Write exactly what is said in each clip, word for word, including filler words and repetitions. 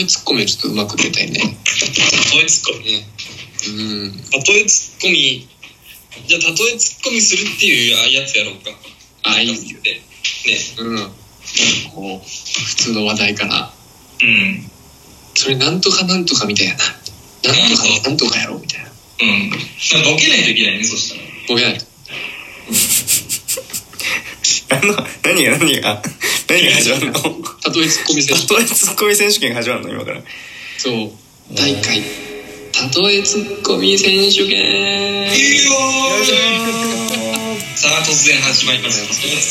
えツッコミをちょっとうまく出たいね。 例えツッコミね。 うん。 例えツッコミ。じゃあ例えツッコミするっていうやつやろうか。 あ、いいね。 うん。こう普通の話題から。 うん。 それなんとかなんとかみたいな。なんとかなんとかやろうみたいな。 うん。ボケないといけないね、そしたら。 ボケないと。 あの何が何が何が始まるの？ 例えツッコミ選手権。 例えツッコミ選手権が始まるの今から。 そう。大会。例えツッコミ選手権。 いいよー。さあ突然始まりますよ。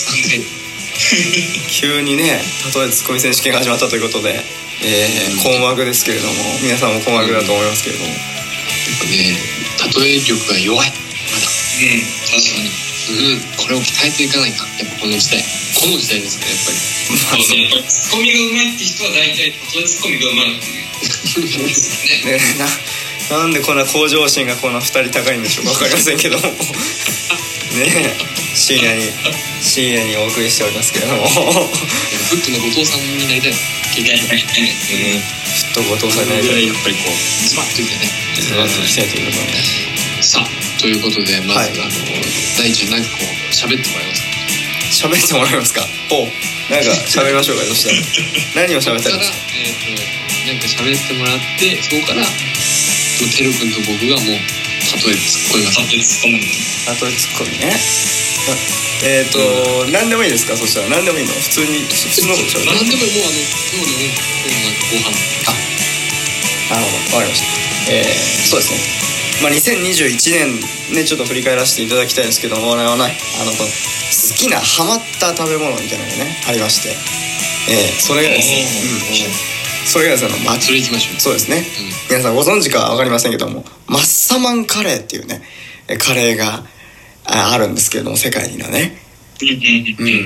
急にね、例えツッコミ選手権が始まったということで、えー、困惑ですけれども、皆さんも困惑だと思いますけれども。 やっぱね、例え力が弱い。まだ。 うん、確かに。 うん、これを鍛えていかないか。やっぱこの時代。この時代ですね、やっぱり。 まあ、そうやっぱりツッコミが上手いって人は大体例えツッコミが上手いっていうですよね。 ね、な, なんでこんな向上心がこんなふたり高いんでしょうか分かりませんけどもねえ、深夜に深夜にお送りしておりますけれどもフットの後藤さんになりたい経験がないね。 フット後藤さんになりたい。 やっぱりこうズバッといってね、 ズバッといきたいということで、 さあということでまず、はい、あの大ちゃんなんかこう喋ってもらえますか。 喋ってもらえますか。お、なんか喋りましょうか。そしたら何を喋ったらいいですか。 えーとなんか喋ってもらって、そこからてるくんと僕がもう例えツッコみます。 例えツッコミ。 例えツッコミね。えっと、うん、何でもいいですか。そしたら何でもいいの。普通に普通のこと喋る。 何でももうあの今日のね、今日のなんかご飯。 あ、なるほど、わかりました。えー、そうですね。まあ、にせんにじゅういちねんね、ちょっと振り返らせていただきたいんですけども、あの、あの好きなハマった食べ物みたいなのがねありまして、えー、それがですね、うん、それがですね、まあ、それ行きましょう。そうですね、うん、皆さんご存知かは分かりませんけども、マッサマンカレーっていうねカレーがあるんですけれども、世界にはね、うん、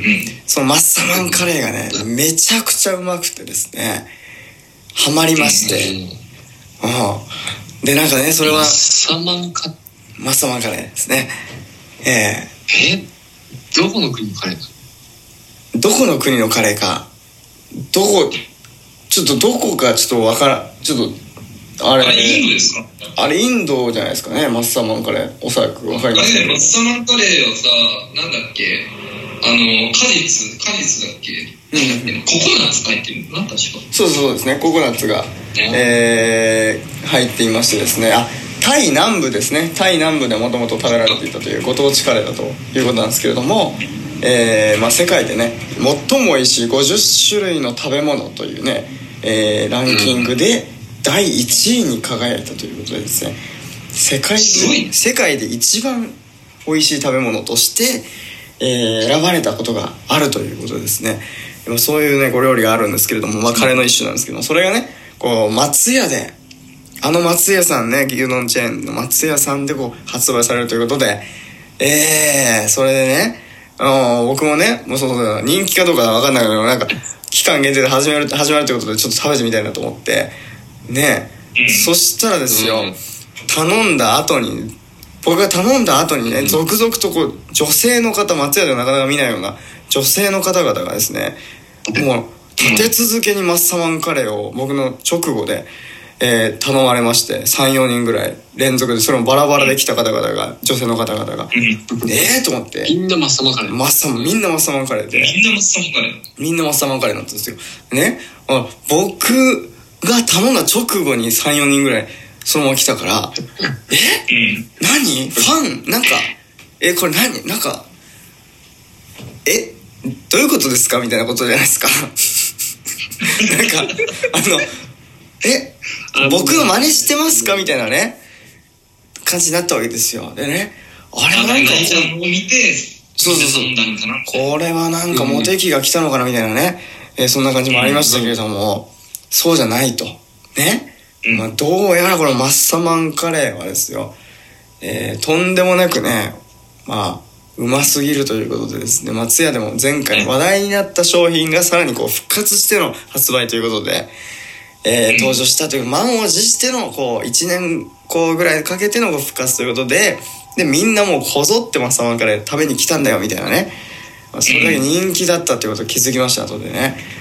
そのマッサマンカレーがねめちゃくちゃうまくてですね、ハマりまして、うんで、なんかね、それはマッサマンカマッサマンカレーですね。えー、えどこの国のカレーなの？どこの国のカレーか、どこちょっとどこかちょっとわからん、ちょっとあれ、 あれインドですか？ あれインドじゃないですかね、マッサマンカレー。おそらくわかりますけど。 あれね、マッサマンカレーはさ、なんだっけ、あの果実果実だっけ、なんだっけ、ココナッツ入ってるのなんだしか。 そうそうですね、ココナッツが、えー、入っていましてですね、あ、タイ南部ですね、タイ南部でもともと食べられていたというご当地カレーだということなんですけれども、えーまあ、世界でね最も美味しいごじゅっしゅるいの食べ物というね、えー、ランキングでだいいちいに輝いたということでですね、世界で世界で一番美味しい食べ物として、えー、選ばれたことがあるということですね。そういうね、ご料理があるんですけれども、まあ、カレーの一種なんですけども、それがね、こう松屋で、あの松屋さんね、牛丼チェーンの松屋さんでこう発売されるということで、えー、それでね、あの僕もね、もうそうそう人気かどうかわかんないけど、なんか期間限定で始める始まるということでちょっと食べてみたいなと思ってね、うん、そしたらですよ、うん、頼んだ後に僕が頼んだ後にね、続々とこう女性の方、松屋ではなかなか見ないような女性の方々がですね、もう立て続けにマッサマンカレーを僕の直後で、えー、頼まれまして、 さんよにんぐらい連続で、それもバラバラで来た方々が、女性の方々が、えーと思って、 みんなマッサマンカレー、 マッサマン、みんなマッサマンカレーで、 みんなマッサマンカレーみんなマッサマンカレーなんですよね。あ、僕が頼んだ直後に さんよにんぐらいそのまま来たから、え、うん、何ファンなんか、え、これ何なんか、え、どういうことですかみたいなことじゃないですか。なんかあのえ、僕の真似してますかみたいなね感じになったわけですよ。でね、あれはなんかを見て、 そうそうそう、これはなんかモテ期が来たのかなみたいなね、えー、そんな感じもありましたけれども、そうじゃないとね、まあ、どうやらこのマッサマンカレーはですよ、えー、とんでもなくね、まあうますぎるということでですね、松屋でも前回話題になった商品がさらにこう復活しての発売ということで、えー、登場したという、満を持してのこういちねんこうぐらいかけての復活ということで、でみんなもうこぞってマッサマンカレー食べに来たんだよみたいなね、まあ、それだけ人気だったということを気づきました後でね、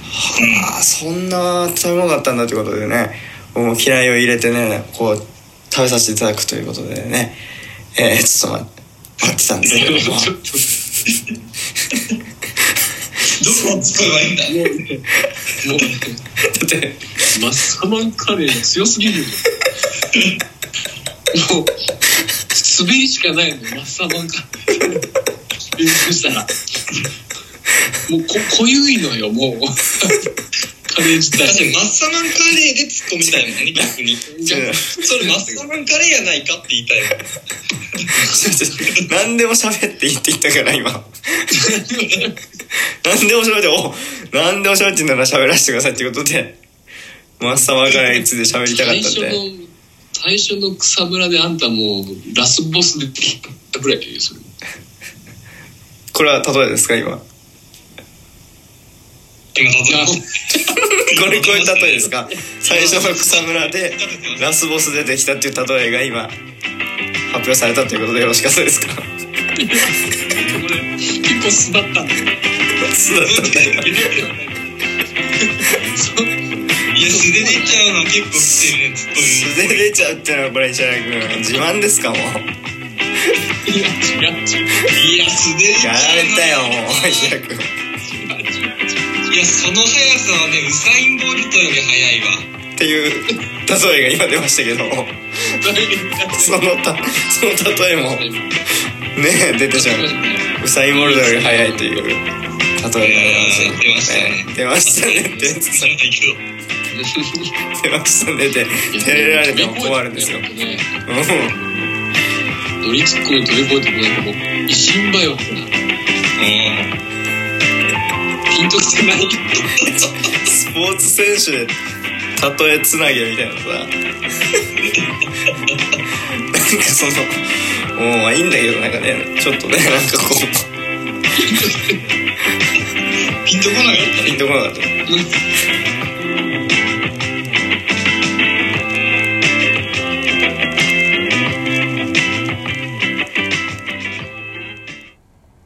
はあ、そんな食べ物だったんだということでね、もう嫌いを入れてね、こう食べさせていただくということでね、えー、ちょっと待ってたんですけどもどこを使えばいいんだもうだってマッサマンカレー強すぎるよもう滑りしかないのマッサマンカレーそしたらもうこ濃ゆいのよもうカレー自体確かにマッサマンカレーで突っ込みたいもんね逆にそれマッサマンカレーやないかって言いたいもん何でも喋っていいって言ったから今何でも喋って、お何でも喋ってんなら喋らせてくださいっていうことでマッサマンカレーについて喋りたかったんで、 最初の最初の草むらであんたもうラスボスで切ったぐらいでそれこれは例えですか今今例えこれこういう例えですか最初の草むらでラスボス出てきたっていう例えが今発表されたということでよろしかったですかこれ結構素だったんだよ素だったんだよいや素で出ちゃうのは結構きてるねツッコミ素で出ちゃうっていうのはこれ石原君自慢ですかもういや違う違ういや素で出ちゃうやられたよもう石原君いやその速さはねウサインボルトより速いわっていう例えが今出ましたけどそのたその例えもね出てしまうウサインボルトより速いという例えが出ましたね出ましたねって出ましたねって照れられても困るんですよ乗りツッコミ飛び越えてもなんかもう一心馬よピンときてないスポーツ選手で例えつなげみたいなさなんかそのもうまあいいんだけどなんかねちょっとねなんかこうピンとこなかったピンとこなかった